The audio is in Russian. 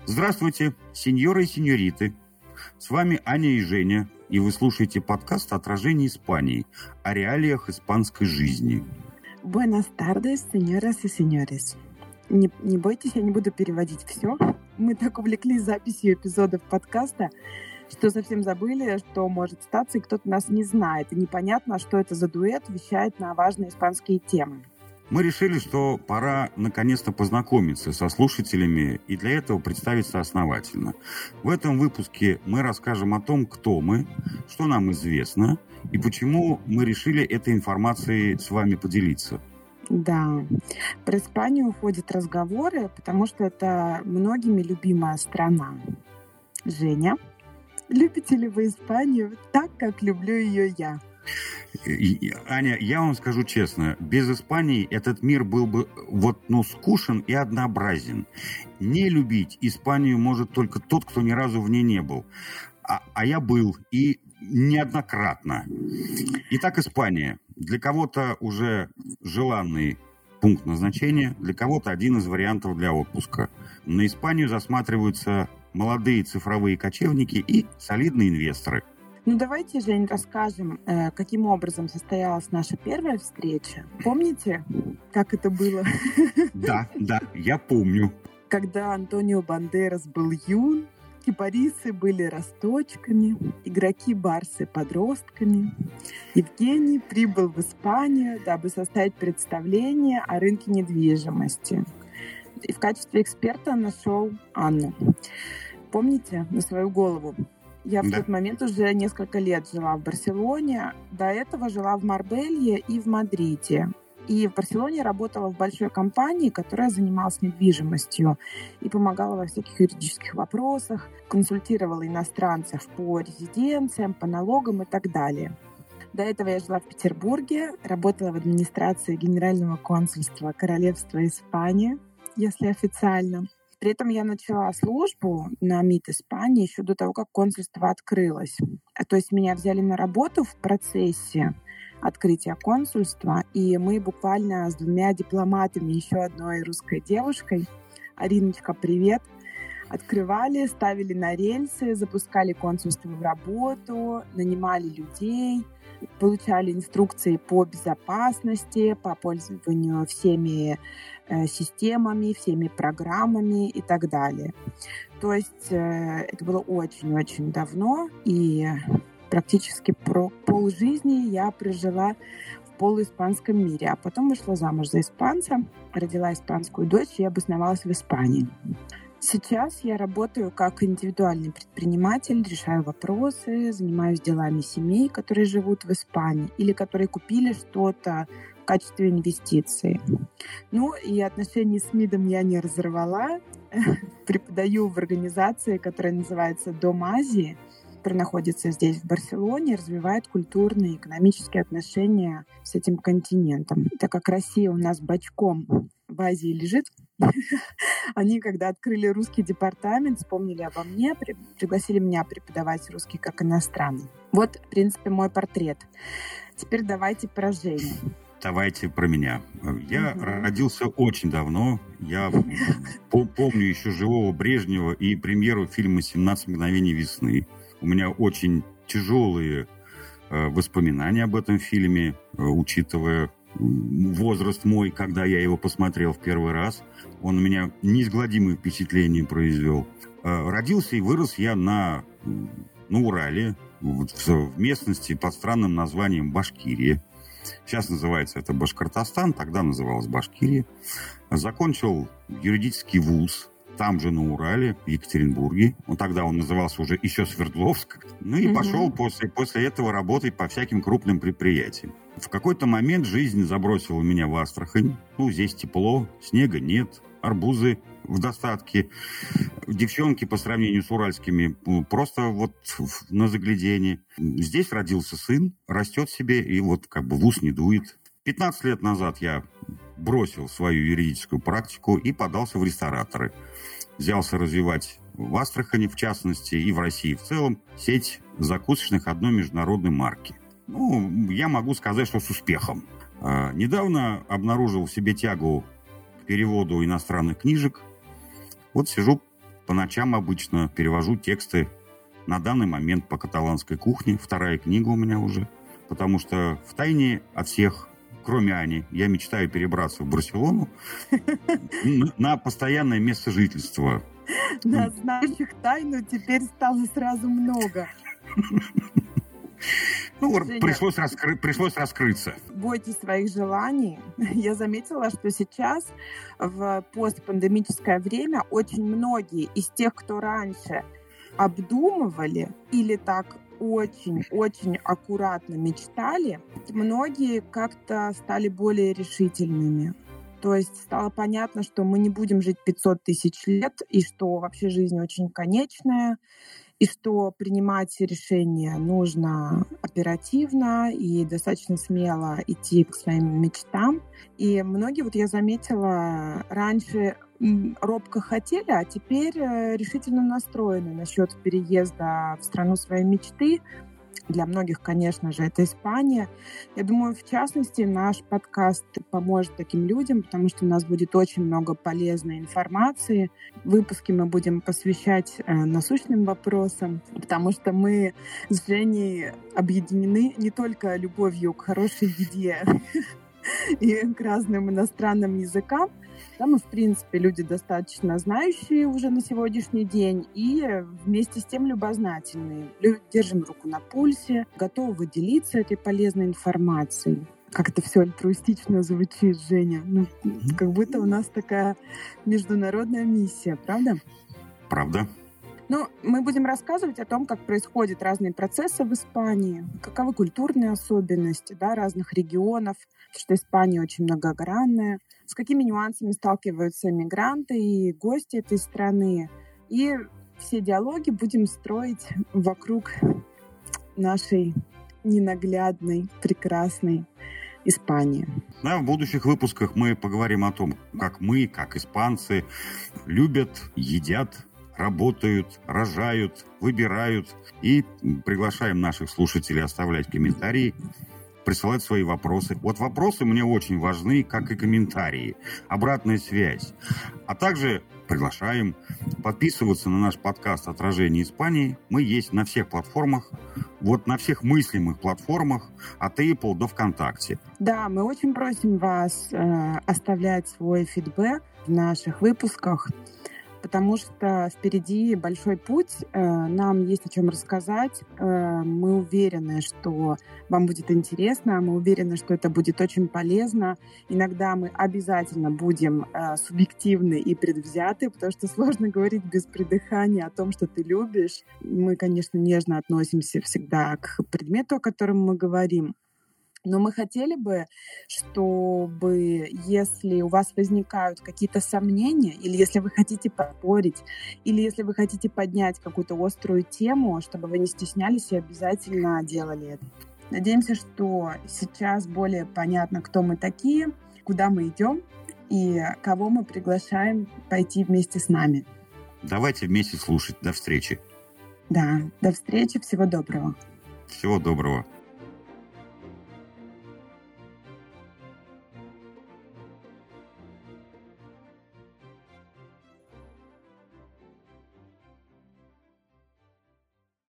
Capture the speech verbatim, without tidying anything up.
Здравствуйте, сеньоры и сеньориты. С вами Аня и Женя, и вы слушаете подкаст «Отражение Испании» о реалиях испанской жизни. Buenas tardes, señoras y señores. Не, не бойтесь, я не буду переводить все. Мы так увлеклись записью эпизодов подкаста, что совсем забыли, что может статься, и кто-то нас не знает. И непонятно, что это за дуэт вещает на важные испанские темы. Мы решили, что пора наконец-то познакомиться со слушателями и для этого представиться основательно. В этом выпуске мы расскажем о том, кто мы, что нам известно и почему мы решили этой информацией с вами поделиться. Да, про Испанию ходят разговоры, потому что это многими любимая страна. Женя, любите ли вы Испанию так, как люблю ее я? Аня, я вам скажу честно, без Испании этот мир был бы вот, ну, скучен и однообразен. Не любить Испанию может только тот, кто ни разу в ней не был. А, а я был, и неоднократно. Итак, Испания. Для кого-то уже желанный пункт назначения, для кого-то один из вариантов для отпуска. На Испанию засматриваются молодые цифровые кочевники и солидные инвесторы. Ну, давайте, Жень, расскажем, каким образом состоялась наша первая встреча. Помните, как это было? Да, да, я помню. Когда Антонио Бандерас был юн, кипарисы были росточками, игроки барсы подростками. Евгений прибыл в Испанию, дабы составить представление о рынке недвижимости. И в качестве эксперта нашел Анну. Помните, на свою голову? Я в да. тот момент уже несколько лет жила в Барселоне. До этого жила в Марбелье и в Мадриде. И в Барселоне работала в большой компании, которая занималась недвижимостью и помогала во всяких юридических вопросах, консультировала иностранцев по резиденциям, по налогам и так далее. До этого я жила в Петербурге, работала в администрации Генерального консульства Королевства Испания, если официально. При этом я начала службу на МИД Испании еще до того, как консульство открылось. То есть меня взяли на работу в процессе открытия консульства, и мы буквально с двумя дипломатами, еще одной русской девушкой, Ариночка, привет, открывали, ставили на рельсы, запускали консульство в работу, нанимали людей, получали инструкции по безопасности, по пользованию всеми э, системами, всеми программами и так далее. То есть э, это было очень-очень давно, и практически про полжизни я прожила в полуиспанском мире, а потом вышла замуж за испанца, родила испанскую дочь и обосновалась в Испании. Сейчас я работаю как индивидуальный предприниматель, решаю вопросы, занимаюсь делами семей, которые живут в Испании или которые купили что-то в качестве инвестиции. Ну и отношения с МИДом я не разорвала. Преподаю в организации, которая называется «Дом Азии», которая находится здесь, в Барселоне, развивает культурные и экономические отношения с этим континентом. Так как Россия у нас бочком в Азии лежит, они, когда открыли русский департамент, вспомнили обо мне, при, пригласили меня преподавать русский как иностранный. Вот, в принципе, мой портрет. Теперь давайте про Женю. Давайте про меня. Я угу. родился очень давно. Я помню еще живого Брежнева и премьеру фильма «семнадцать мгновений весны». У меня очень тяжелые воспоминания об этом фильме, учитывая возраст мой, когда я его посмотрел в первый раз. Он у меня неизгладимое впечатление произвел. Родился и вырос я на, на Урале, в местности под странным названием Башкирия. Сейчас называется это Башкортостан, тогда называлась Башкирия. Закончил юридический вуз там же на Урале, в Екатеринбурге. Вот тогда он назывался уже еще Свердловск. Ну и mm-hmm. пошел после, после этого работать по всяким крупным предприятиям. В какой-то момент жизнь забросила меня в Астрахань. Ну, здесь тепло, снега нет, арбузы в достатке. Девчонки по сравнению с уральскими просто вот на загляденье. Здесь родился сын, растет себе, и вот как бы в ус не дует. пятнадцать лет назад я бросил свою юридическую практику и подался в рестораторы. Взялся развивать в Астрахани, в частности, и в России в целом, сеть закусочных одной международной марки. Ну, я могу сказать, что с успехом. А, недавно обнаружил в себе тягу к переводу иностранных книжек. Вот сижу, по ночам обычно перевожу тексты на данный момент по каталанской кухне. Вторая книга у меня уже. Потому что втайне от всех, кроме Ани, я мечтаю перебраться в Барселону на постоянное место жительства. Да, знающих тайну теперь стало сразу много. Ну, Женя, пришлось, раскры... пришлось раскрыться. Бойтесь своих желаний. Я заметила, что сейчас в постпандемическое время очень многие из тех, кто раньше обдумывали или так очень-очень аккуратно мечтали, многие как-то стали более решительными. То есть стало понятно, что мы не будем жить пятьсот тысяч лет, и что вообще жизнь очень конечная, и что принимать решения нужно оперативно и достаточно смело идти к своим мечтам. И многие, вот я заметила, раньше робко хотели, а теперь решительно настроены насчет переезда в страну своей мечты. Для многих, конечно же, это Испания. Я думаю, в частности, наш подкаст поможет таким людям, потому что у нас будет очень много полезной информации. Выпуски мы будем посвящать э, насущным вопросам, потому что мы с Женей объединены не только любовью к хорошей еде и к разным иностранным языкам. Да, мы, в принципе, люди достаточно знающие уже на сегодняшний день и вместе с тем любознательные. Держим руку на пульсе, готовы делиться этой полезной информацией. Как это все альтруистично звучит, Женя. Ну, как будто у нас такая международная миссия, правда? Правда. Ну, мы будем рассказывать о том, как происходят разные процессы в Испании, каковы культурные особенности, да, разных регионов, что Испания очень многогранная, с какими нюансами сталкиваются мигранты и гости этой страны. И все диалоги будем строить вокруг нашей ненаглядной, прекрасной Испании. Да, в будущих выпусках мы поговорим о том, как мы, как испанцы, любят, едят, работают, рожают, выбирают. И приглашаем наших слушателей оставлять комментарии, присылать свои вопросы. Вот вопросы мне очень важны, как и комментарии, обратная связь. А также приглашаем подписываться на наш подкаст «Отражение Испании». Мы есть на всех платформах, вот на всех мыслимых платформах, от Apple до ВКонтакте. Да, мы очень просим вас э, оставлять свой фидбэк в наших выпусках, потому что впереди большой путь, нам есть о чем рассказать. Мы уверены, что вам будет интересно, мы уверены, что это будет очень полезно. Иногда мы обязательно будем субъективны и предвзяты, потому что сложно говорить без придыхания о том, что ты любишь. Мы, конечно, нежно относимся всегда к предмету, о котором мы говорим. Но мы хотели бы, чтобы, если у вас возникают какие-то сомнения, или если вы хотите поспорить, или если вы хотите поднять какую-то острую тему, чтобы вы не стеснялись и обязательно делали это. Надеемся, что сейчас более понятно, кто мы такие, куда мы идем и кого мы приглашаем пойти вместе с нами. Давайте вместе слушать. До встречи. Да, до встречи. Всего доброго. Всего доброго.